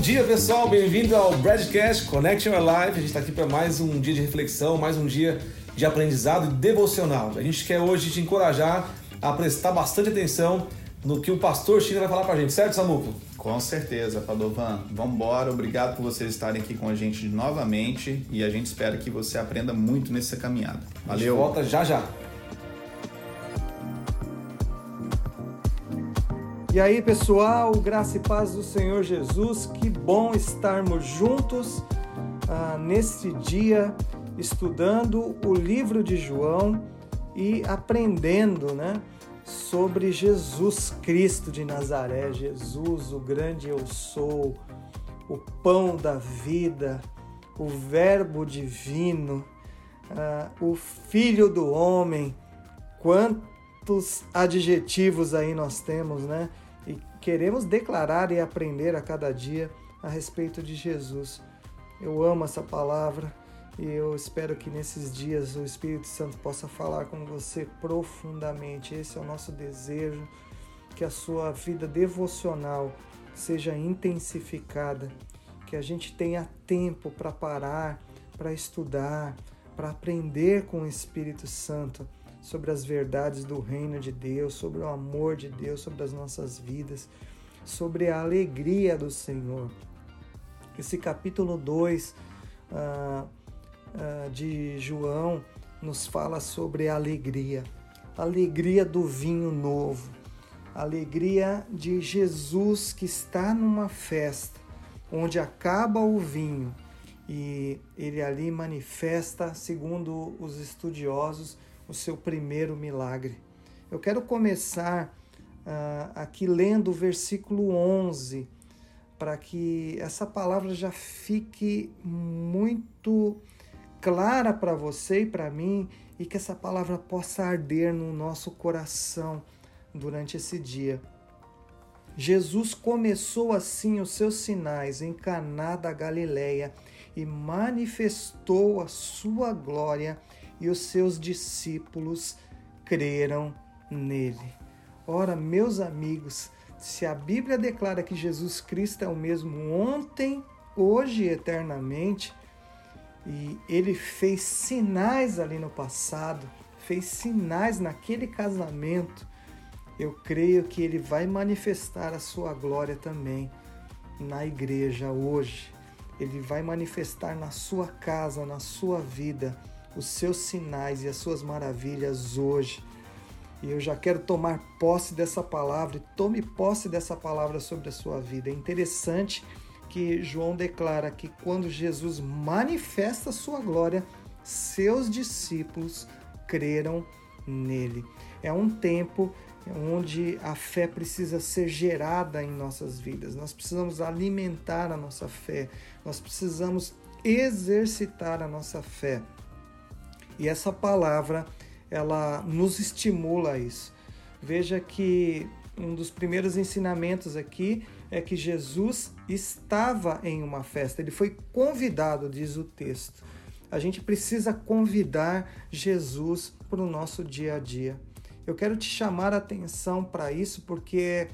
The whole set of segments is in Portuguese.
dia, pessoal, bem-vindo ao Bradcast Connection Live. A gente está aqui para mais um dia de reflexão, mais um dia de aprendizado e devocional. A gente quer hoje te encorajar a prestar bastante atenção no que o pastor China vai falar para a gente, certo, Samuco? Com certeza, Padovan. Vamos embora, obrigado por vocês estarem aqui com a gente novamente e a gente espera que você aprenda muito nessa caminhada. Valeu! A gente volta já já. E aí, pessoal, graça e paz do Senhor Jesus, que bom estarmos juntos neste dia, estudando o livro de João e aprendendo, sobre Jesus Cristo de Nazaré, Jesus, o grande eu sou, o pão da vida, o verbo divino, o filho do homem. Quantos adjetivos aí nós temos, E queremos declarar e aprender a cada dia a respeito de Jesus. Eu amo essa palavra e eu espero que nesses dias o Espírito Santo possa falar com você profundamente. Esse é o nosso desejo, que a sua vida devocional seja intensificada, que a gente tenha tempo para parar, para estudar, para aprender com o Espírito Santo sobre as verdades do reino de Deus, sobre o amor de Deus, sobre as nossas vidas, sobre a alegria do Senhor. Esse capítulo 2 de João nos fala sobre a alegria do vinho novo, a alegria de Jesus que está numa festa, onde acaba o vinho e ele ali manifesta, segundo os estudiosos, o seu primeiro milagre. Eu quero começar aqui lendo o versículo 11, para que essa palavra já fique muito clara para você e para mim, e que essa palavra possa arder no nosso coração durante esse dia. Jesus começou assim os seus sinais em Caná da Galileia e manifestou a sua glória, e os seus discípulos creram nele. Ora, meus amigos, se a Bíblia declara que Jesus Cristo é o mesmo ontem, hoje e eternamente, e ele fez sinais ali no passado, fez sinais naquele casamento, eu creio que ele vai manifestar a sua glória também na igreja hoje. Ele vai manifestar na sua casa, na sua vida, os seus sinais e as suas maravilhas hoje. E eu já quero tomar posse dessa palavra, e tome posse dessa palavra sobre a sua vida. É interessante que João declara que quando Jesus manifesta a sua glória, seus discípulos creram nele. É um tempo onde a fé precisa ser gerada em nossas vidas. Nós precisamos alimentar a nossa fé, nós precisamos exercitar a nossa fé. E essa palavra, ela nos estimula a isso. Veja que um dos primeiros ensinamentos aqui é que Jesus estava em uma festa. Ele foi convidado, diz o texto. A gente precisa convidar Jesus para o nosso dia a dia. Eu quero te chamar a atenção para isso, porque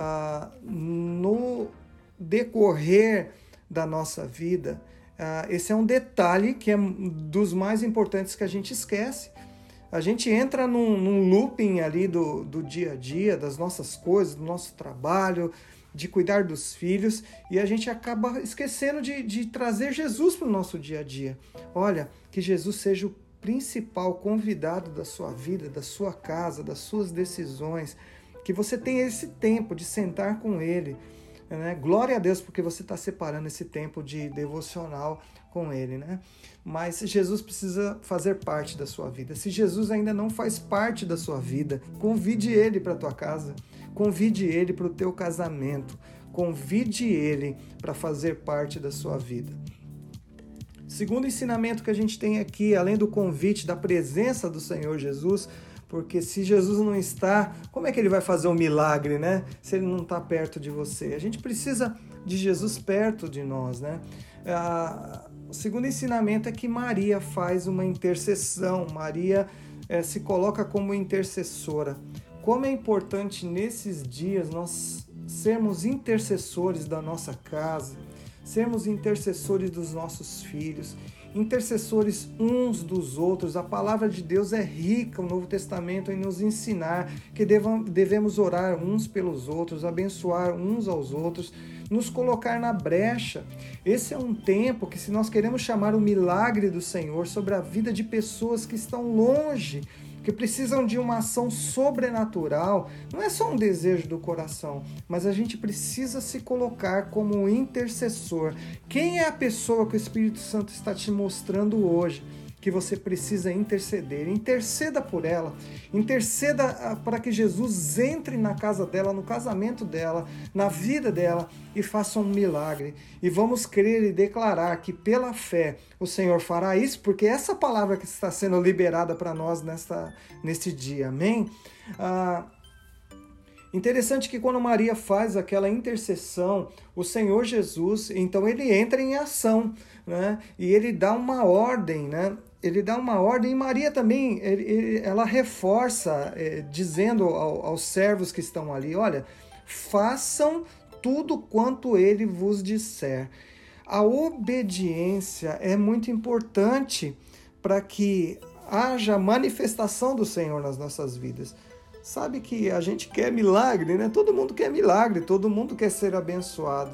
no decorrer da nossa vida, esse é um detalhe que é dos mais importantes que a gente esquece. A gente entra num looping ali do dia a dia, das nossas coisas, do nosso trabalho, de cuidar dos filhos, e a gente acaba esquecendo de trazer Jesus para o nosso dia a dia. Olha, que Jesus seja o principal convidado da sua vida, da sua casa, das suas decisões, que você tenha esse tempo de sentar com Ele. Glória a Deus, porque você está separando esse tempo de devocional com Ele, Mas Jesus precisa fazer parte da sua vida. Se Jesus ainda não faz parte da sua vida, convide Ele para a tua casa, convide Ele para o teu casamento, convide Ele para fazer parte da sua vida. Segundo ensinamento que a gente tem aqui, além do convite da presença do Senhor Jesus, porque se Jesus não está, como é que ele vai fazer um milagre, Se ele não está perto de você. A gente precisa de Jesus perto de nós, O segundo ensinamento é que Maria faz uma intercessão. Maria se coloca como intercessora. Como é importante nesses dias nós sermos intercessores da nossa casa, sermos intercessores dos nossos filhos, intercessores uns dos outros. A palavra de Deus é rica, o Novo Testamento, em nos ensinar que devemos orar uns pelos outros, abençoar uns aos outros, nos colocar na brecha. Esse é um tempo que, se nós queremos chamar o milagre do Senhor sobre a vida de pessoas que estão longe, que precisam de uma ação sobrenatural, não é só um desejo do coração, mas a gente precisa se colocar como um intercessor. Quem é a pessoa que o Espírito Santo está te mostrando hoje que você precisa interceder? Interceda por ela, interceda para que Jesus entre na casa dela, no casamento dela, na vida dela e faça um milagre. E vamos crer e declarar que pela fé o Senhor fará isso, porque essa palavra que está sendo liberada para nós neste dia, amém? Interessante que quando Maria faz aquela intercessão, o Senhor Jesus, então ele entra em ação, né? E ele dá uma ordem, né? Ele dá uma ordem, e Maria também, ela reforça, dizendo aos servos que estão ali, olha, façam tudo quanto ele vos disser. A obediência é muito importante para que haja manifestação do Senhor nas nossas vidas. Sabe que a gente quer milagre, né? Todo mundo quer milagre, todo mundo quer ser abençoado,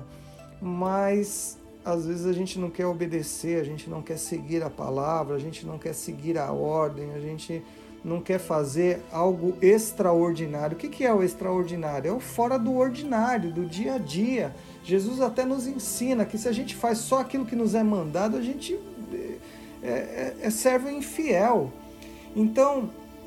mas às vezes a gente não quer obedecer, a gente não quer seguir a palavra, a gente não quer seguir a ordem, a gente não quer fazer algo extraordinário. O que é o extraordinário? É o fora do ordinário, do dia a dia. Jesus até nos ensina que se a gente faz só aquilo que nos é mandado, a gente é servo infiel. Então,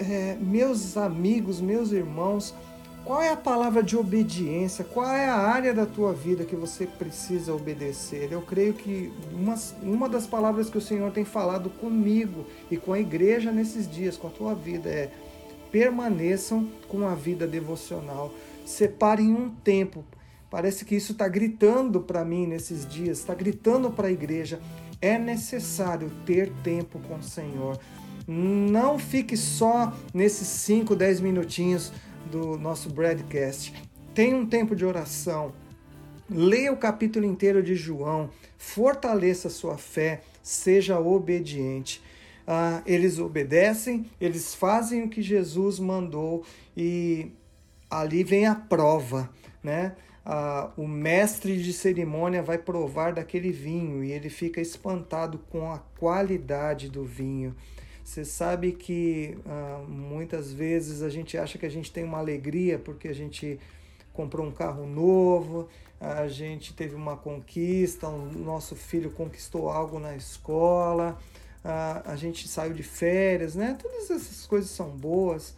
meus amigos, meus irmãos, qual é a palavra de obediência? Qual é a área da tua vida que você precisa obedecer? Eu creio que uma das palavras que o Senhor tem falado comigo e com a igreja nesses dias, com a tua vida, é: permaneçam com a vida devocional. Separem um tempo. Parece que isso está gritando para mim nesses dias, está gritando para a igreja. É necessário ter tempo com o Senhor. Não fique só nesses 5, 10 minutinhos do nosso broadcast. Tenha um tempo de oração. Leia o capítulo inteiro de João. Fortaleça a sua fé. Seja obediente. Eles obedecem, eles fazem o que Jesus mandou e ali vem a prova, né? O mestre de cerimônia vai provar daquele vinho e ele fica espantado com a qualidade do vinho. Você sabe que muitas vezes a gente acha que a gente tem uma alegria porque a gente comprou um carro novo, a gente teve uma conquista, o nosso filho conquistou algo na escola, a gente saiu de férias, né? Todas essas coisas são boas,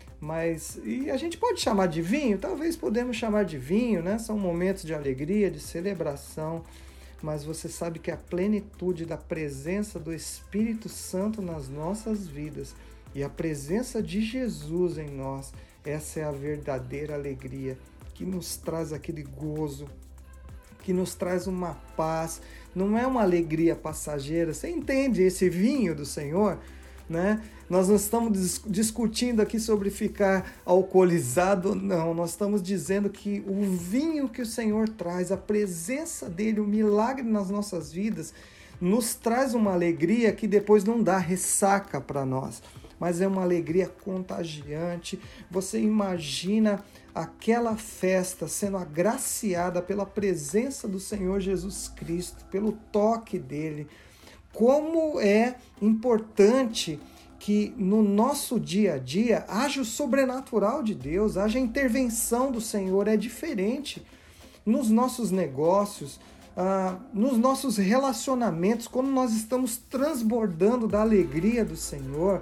mas e a gente pode chamar de vinho? Talvez podemos chamar de vinho, né? São momentos de alegria, de celebração. Mas você sabe que a plenitude da presença do Espírito Santo nas nossas vidas e a presença de Jesus em nós, essa é a verdadeira alegria que nos traz aquele gozo, que nos traz uma paz. Não é uma alegria passageira. Você entende esse vinho do Senhor, né? Nós não estamos discutindo aqui sobre ficar alcoolizado, não. Nós estamos dizendo que o vinho que o Senhor traz, a presença dele, o milagre nas nossas vidas, nos traz uma alegria que depois não dá ressaca para nós, mas é uma alegria contagiante. Você imagina aquela festa sendo agraciada pela presença do Senhor Jesus Cristo, pelo toque dele. Como é importante que no nosso dia a dia haja o sobrenatural de Deus, haja a intervenção do Senhor. É diferente nos nossos negócios, nos nossos relacionamentos, quando nós estamos transbordando da alegria do Senhor,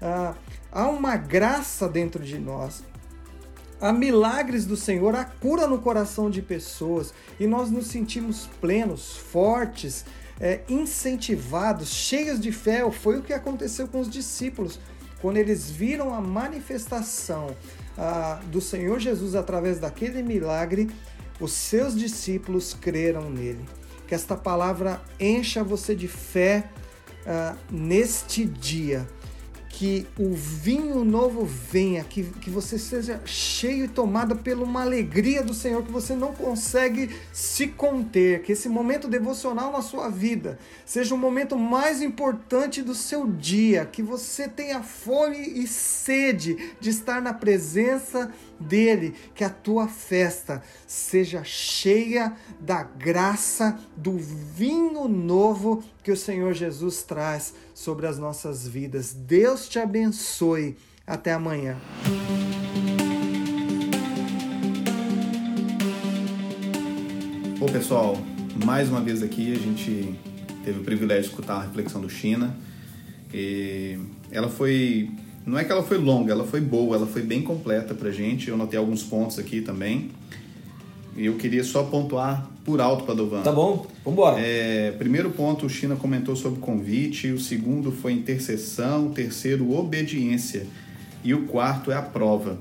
há uma graça dentro de nós. Há milagres do Senhor, há cura no coração de pessoas e nós nos sentimos plenos, fortes, incentivados, cheios de fé. Foi o que aconteceu com os discípulos. Quando eles viram a manifestação do Senhor Jesus através daquele milagre, os seus discípulos creram nele. Que esta palavra encha você de fé neste dia. que o vinho novo venha, que você seja cheio e tomado por uma alegria do Senhor que você não consegue se conter, que esse momento devocional na sua vida seja o momento mais importante do seu dia, que você tenha fome e sede de estar na presença dele, que a tua festa seja cheia da graça do vinho novo que o Senhor Jesus traz sobre as nossas vidas. Deus te abençoe. Até amanhã. Bom, pessoal, mais uma vez aqui a gente teve o privilégio de escutar a reflexão do China. E ela foi... Não é que ela foi longa, ela foi boa, ela foi bem completa pra gente. Eu notei alguns pontos aqui também. E eu queria só pontuar por alto, Padovan. Tá bom, vambora. Primeiro ponto, o China comentou sobre convite. O segundo foi intercessão. O terceiro, obediência. E o quarto é a prova.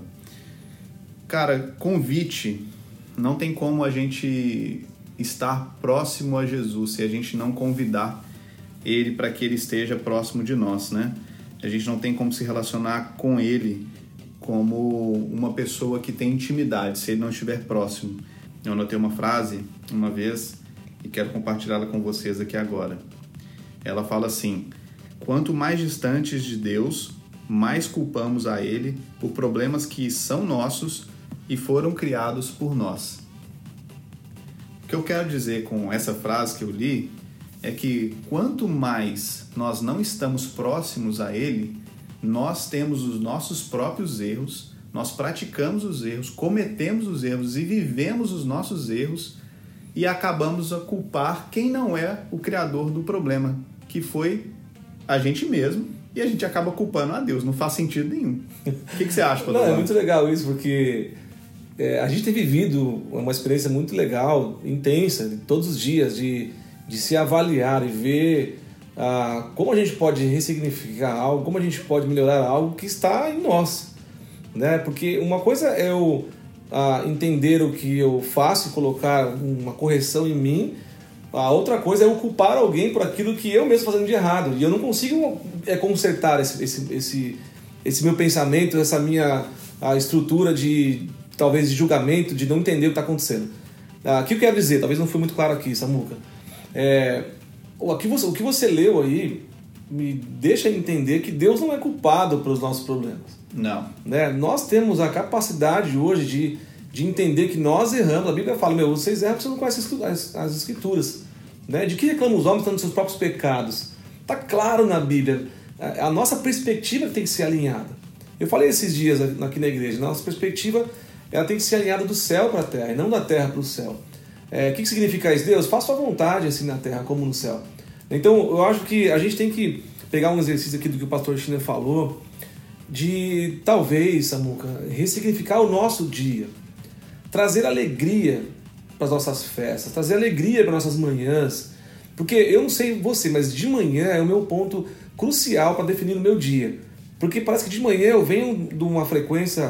Cara, convite, não tem como a gente estar próximo a Jesus se a gente não convidar Ele para que Ele esteja próximo de nós, né? A gente não tem como se relacionar com Ele como uma pessoa que tem intimidade, se Ele não estiver próximo. Eu anotei uma frase uma vez e quero compartilhá-la com vocês aqui agora. Ela fala assim: quanto mais distantes de Deus, mais culpamos a Ele por problemas que são nossos e foram criados por nós. O que eu quero dizer com essa frase que eu li é que quanto mais nós não estamos próximos a Ele, nós temos os nossos próprios erros, nós praticamos os erros, cometemos os erros e vivemos os nossos erros e acabamos a culpar quem não é o criador do problema, que foi a gente mesmo, e a gente acaba culpando a Deus. Não faz sentido nenhum. O que você acha, Paulo? Não, é muito legal isso, porque a gente tem vivido uma experiência muito legal, intensa, de todos os dias, de se avaliar e ver como a gente pode ressignificar algo, como a gente pode melhorar algo que está em nós, né? Porque uma coisa é eu entender o que eu faço e colocar uma correção em mim, a outra coisa é eu culpar alguém por aquilo que eu mesmo estou fazendo de errado, e eu não consigo consertar esse meu pensamento, essa minha estrutura talvez de julgamento, de não entender o que está acontecendo. O que eu quero dizer? Talvez não foi muito claro aqui, Samuca. O que você leu aí me deixa entender que Deus não é culpado pelos nossos problemas. Não. Né? Nós temos a capacidade hoje de entender que nós erramos. A Bíblia fala, vocês erram porque vocês não conhecem as Escrituras. Né? De que reclamam os homens estando nos seus próprios pecados? Está claro na Bíblia. A nossa perspectiva tem que ser alinhada. Eu falei esses dias aqui na igreja, nossa perspectiva ela tem que ser alinhada do céu para a terra e não da terra para o céu. O que significa isso? Deus, faça sua vontade assim na terra como no céu. Então eu acho que a gente tem que pegar um exercício aqui do que o pastor China falou, de talvez, Samuca, ressignificar o nosso dia, trazer alegria para as nossas festas, trazer alegria para nossas manhãs, porque eu não sei você, mas de manhã é o meu ponto crucial para definir o meu dia, porque parece que de manhã eu venho de uma frequência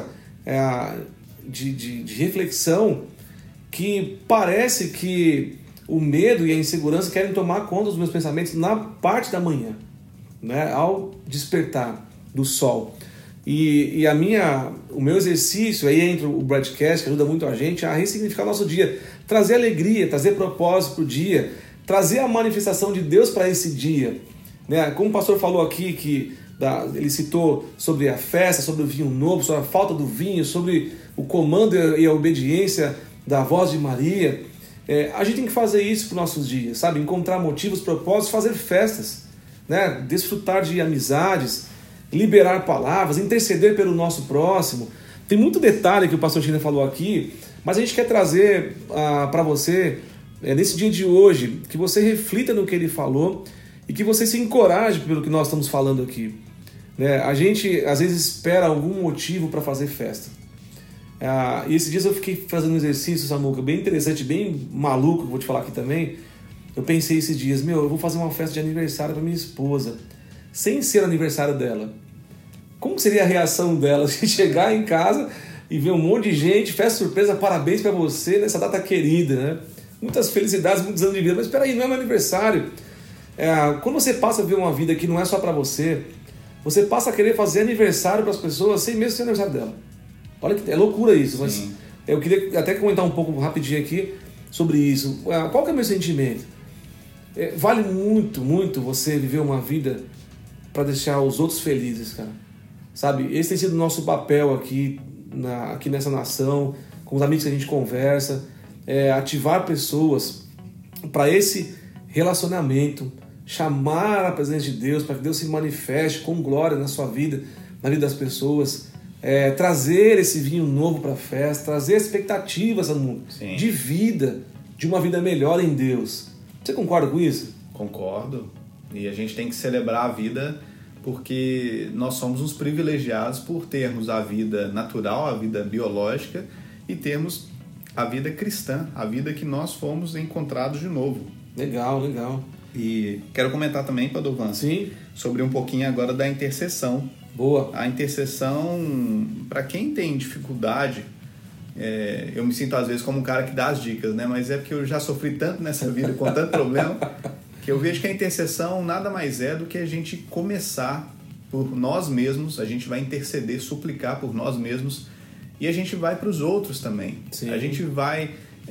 de reflexão que parece que o medo e a insegurança querem tomar conta dos meus pensamentos na parte da manhã, né, ao despertar do sol. E o meu exercício, aí entra o broadcast, que ajuda muito a gente a ressignificar o nosso dia, trazer alegria, trazer propósito para o dia, trazer a manifestação de Deus para esse dia. Né? Como o pastor falou aqui, ele citou sobre a festa, sobre o vinho novo, sobre a falta do vinho, sobre o comando e a obediência da voz de Maria. A gente tem que fazer isso para os nossos dias, sabe? Encontrar motivos, propósitos, fazer festas, né? Desfrutar de amizades, liberar palavras, interceder pelo nosso próximo. Tem muito detalhe que o pastor China falou aqui, mas a gente quer trazer para você, nesse dia de hoje, que você reflita no que ele falou e que você se encoraje pelo que nós estamos falando aqui. Né? A gente, às vezes, espera algum motivo para fazer festa. E esses dias eu fiquei fazendo um exercício, Samuca, bem interessante, bem maluco, que vou te falar aqui também. Eu pensei esses dias, eu vou fazer uma festa de aniversário para minha esposa, sem ser aniversário dela. Como seria a reação dela se chegar em casa e ver um monte de gente, festa surpresa, parabéns para você nessa data querida, né? Muitas felicidades, muitos anos de vida, mas espera aí, não é meu aniversário. Quando você passa a ver uma vida que não é só para você, você passa a querer fazer aniversário para as pessoas sem mesmo ser aniversário dela. Olha que é loucura isso, mas Sim. eu queria até comentar um pouco rapidinho aqui sobre isso. Qual que é o meu sentimento? Vale muito, muito você viver uma vida para deixar os outros felizes, cara. Sabe? Esse tem sido o nosso papel aqui nessa nação, com os amigos que a gente conversa, ativar pessoas para esse relacionamento, chamar a presença de Deus, para que Deus se manifeste com glória na sua vida, na vida das pessoas, trazer esse vinho novo para a festa, trazer expectativas de vida, de uma vida melhor em Deus. Você concorda com isso? Concordo. E a gente tem que celebrar a vida porque nós somos uns privilegiados por termos a vida natural, a vida biológica e termos a vida cristã, a vida que nós fomos encontrados de novo. Legal, legal. E quero comentar também, Padovan, Sim. sobre um pouquinho agora da intercessão. Boa. A intercessão, para quem tem dificuldade, eu me sinto às vezes como um cara que dá as dicas, né? Mas é porque eu já sofri tanto nessa vida, com tanto problema, que eu vejo que a intercessão nada mais é do que a gente começar por nós mesmos, a gente vai interceder, suplicar por nós mesmos e a gente vai para os outros também. Sim. A gente vai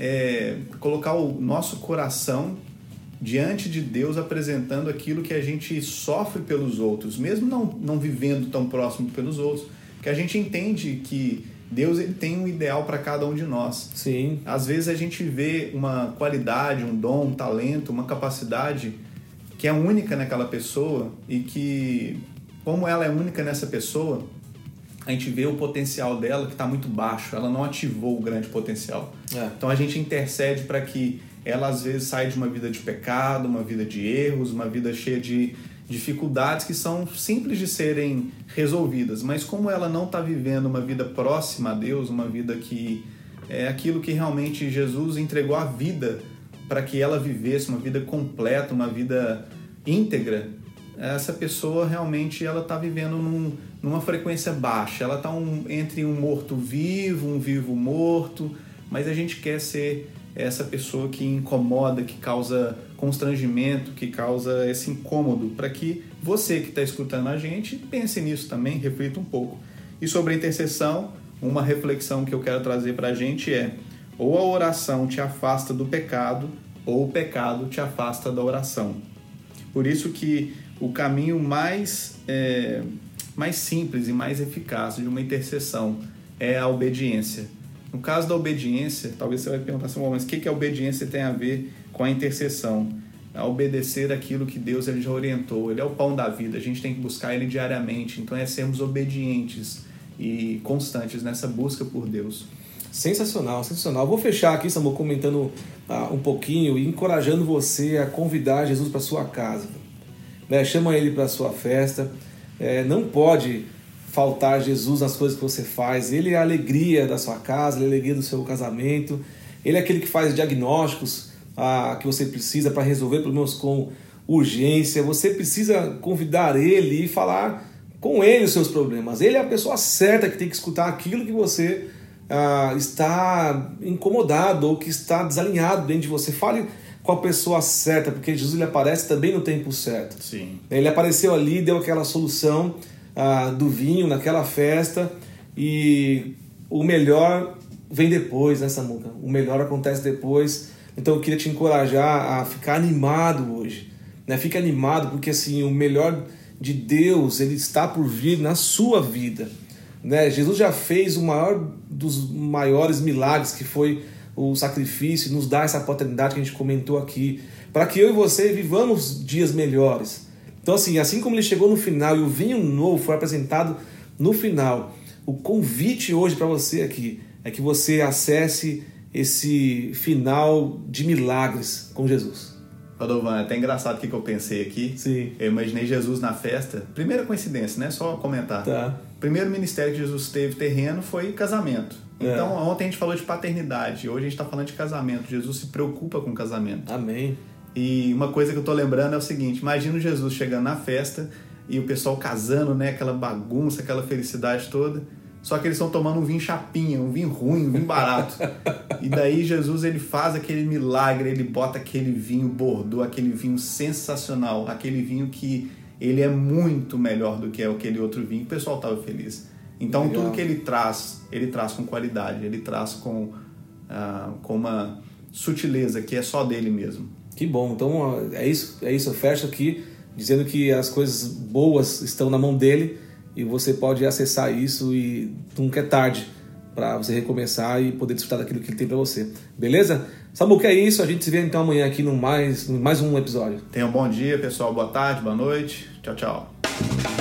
colocar o nosso coração diante de Deus, apresentando aquilo que a gente sofre pelos outros, mesmo não vivendo tão próximo pelos outros, que a gente entende que Deus ele tem um ideal para cada um de nós. Sim. Às vezes a gente vê uma qualidade, um dom, um talento, uma capacidade que é única naquela pessoa e que, como ela é única nessa pessoa, a gente vê o potencial dela que está muito baixo, ela não ativou o grande potencial. Então a gente intercede para que ela às vezes saia de uma vida de pecado, uma vida de erros, uma vida cheia de dificuldades que são simples de serem resolvidas, mas como ela não está vivendo uma vida próxima a Deus, uma vida que é aquilo que realmente Jesus entregou a vida para que ela vivesse, uma vida completa, uma vida íntegra, essa pessoa realmente ela está vivendo numa frequência baixa, ela está entre um morto-vivo, um vivo-morto, mas a gente quer ser essa pessoa que incomoda, que causa constrangimento, que causa esse incômodo, para que você que está escutando a gente pense nisso também, reflita um pouco. E sobre a intercessão, uma reflexão que eu quero trazer para a gente ou a oração te afasta do pecado, ou o pecado te afasta da oração. Por isso que o caminho mais simples e mais eficaz de uma intercessão é a obediência. No caso da obediência, talvez você vai perguntar assim, mas o que a obediência tem a ver com a intercessão? A obedecer aquilo que Deus ele já orientou. Ele é o pão da vida, a gente tem que buscar Ele diariamente. Então é sermos obedientes e constantes nessa busca por Deus. Sensacional, sensacional. Vou fechar aqui, Samuel, comentando um pouquinho e encorajando você a convidar Jesus para sua casa. Chama Ele para a sua festa. Não pode faltar Jesus nas coisas que você faz. Ele é a alegria da sua casa, ele é a alegria do seu casamento, ele é aquele que faz diagnósticos que você precisa para resolver problemas com urgência. Você precisa convidar ele e falar com ele os seus problemas. Ele é a pessoa certa que tem que escutar aquilo que você está incomodado ou que está desalinhado dentro de você. Fale com a pessoa certa, porque Jesus ele aparece também no tempo certo. Sim. Ele apareceu ali, deu aquela solução do vinho naquela festa, e o melhor vem depois, né, Samuca? O melhor acontece depois. Então eu queria te encorajar a ficar animado hoje, né? Fique animado porque assim, o melhor de Deus ele está por vir na sua vida, né? Jesus já fez o maior dos maiores milagres, que foi o sacrifício, e nos dá essa paternidade que a gente comentou aqui, para que eu e você vivamos dias melhores. Então assim como ele chegou no final e o vinho novo foi apresentado no final, o convite hoje para você aqui é que você acesse esse final de milagres com Jesus. Padovan, é até engraçado o que eu pensei aqui. Sim. Eu imaginei Jesus na festa. Primeira coincidência, né? Só comentar. Tá. O primeiro ministério que Jesus teve terreno foi casamento. Então, ontem a gente falou de paternidade, hoje a gente está falando de casamento. Jesus se preocupa com casamento. Amém. E uma coisa que eu tô lembrando é o seguinte: imagina Jesus chegando na festa e o pessoal casando, né? Aquela bagunça, aquela felicidade toda. Só que eles estão tomando um vinho chapinha, um vinho ruim, um vinho barato. E daí Jesus ele faz aquele milagre, ele bota aquele vinho Bordeaux, aquele vinho sensacional, aquele vinho que ele é muito melhor do que aquele outro vinho, o pessoal estava feliz. Então, Legal. tudo que ele traz com qualidade, ele traz com uma sutileza que é só dele mesmo. Que bom, então é isso, eu fecho aqui dizendo que as coisas boas estão na mão dele e você pode acessar isso e nunca é tarde para você recomeçar e poder desfrutar daquilo que ele tem para você. Beleza? Samuca, é isso, a gente se vê então amanhã aqui no mais um episódio. Tenha um bom dia, pessoal, boa tarde, boa noite, tchau, tchau.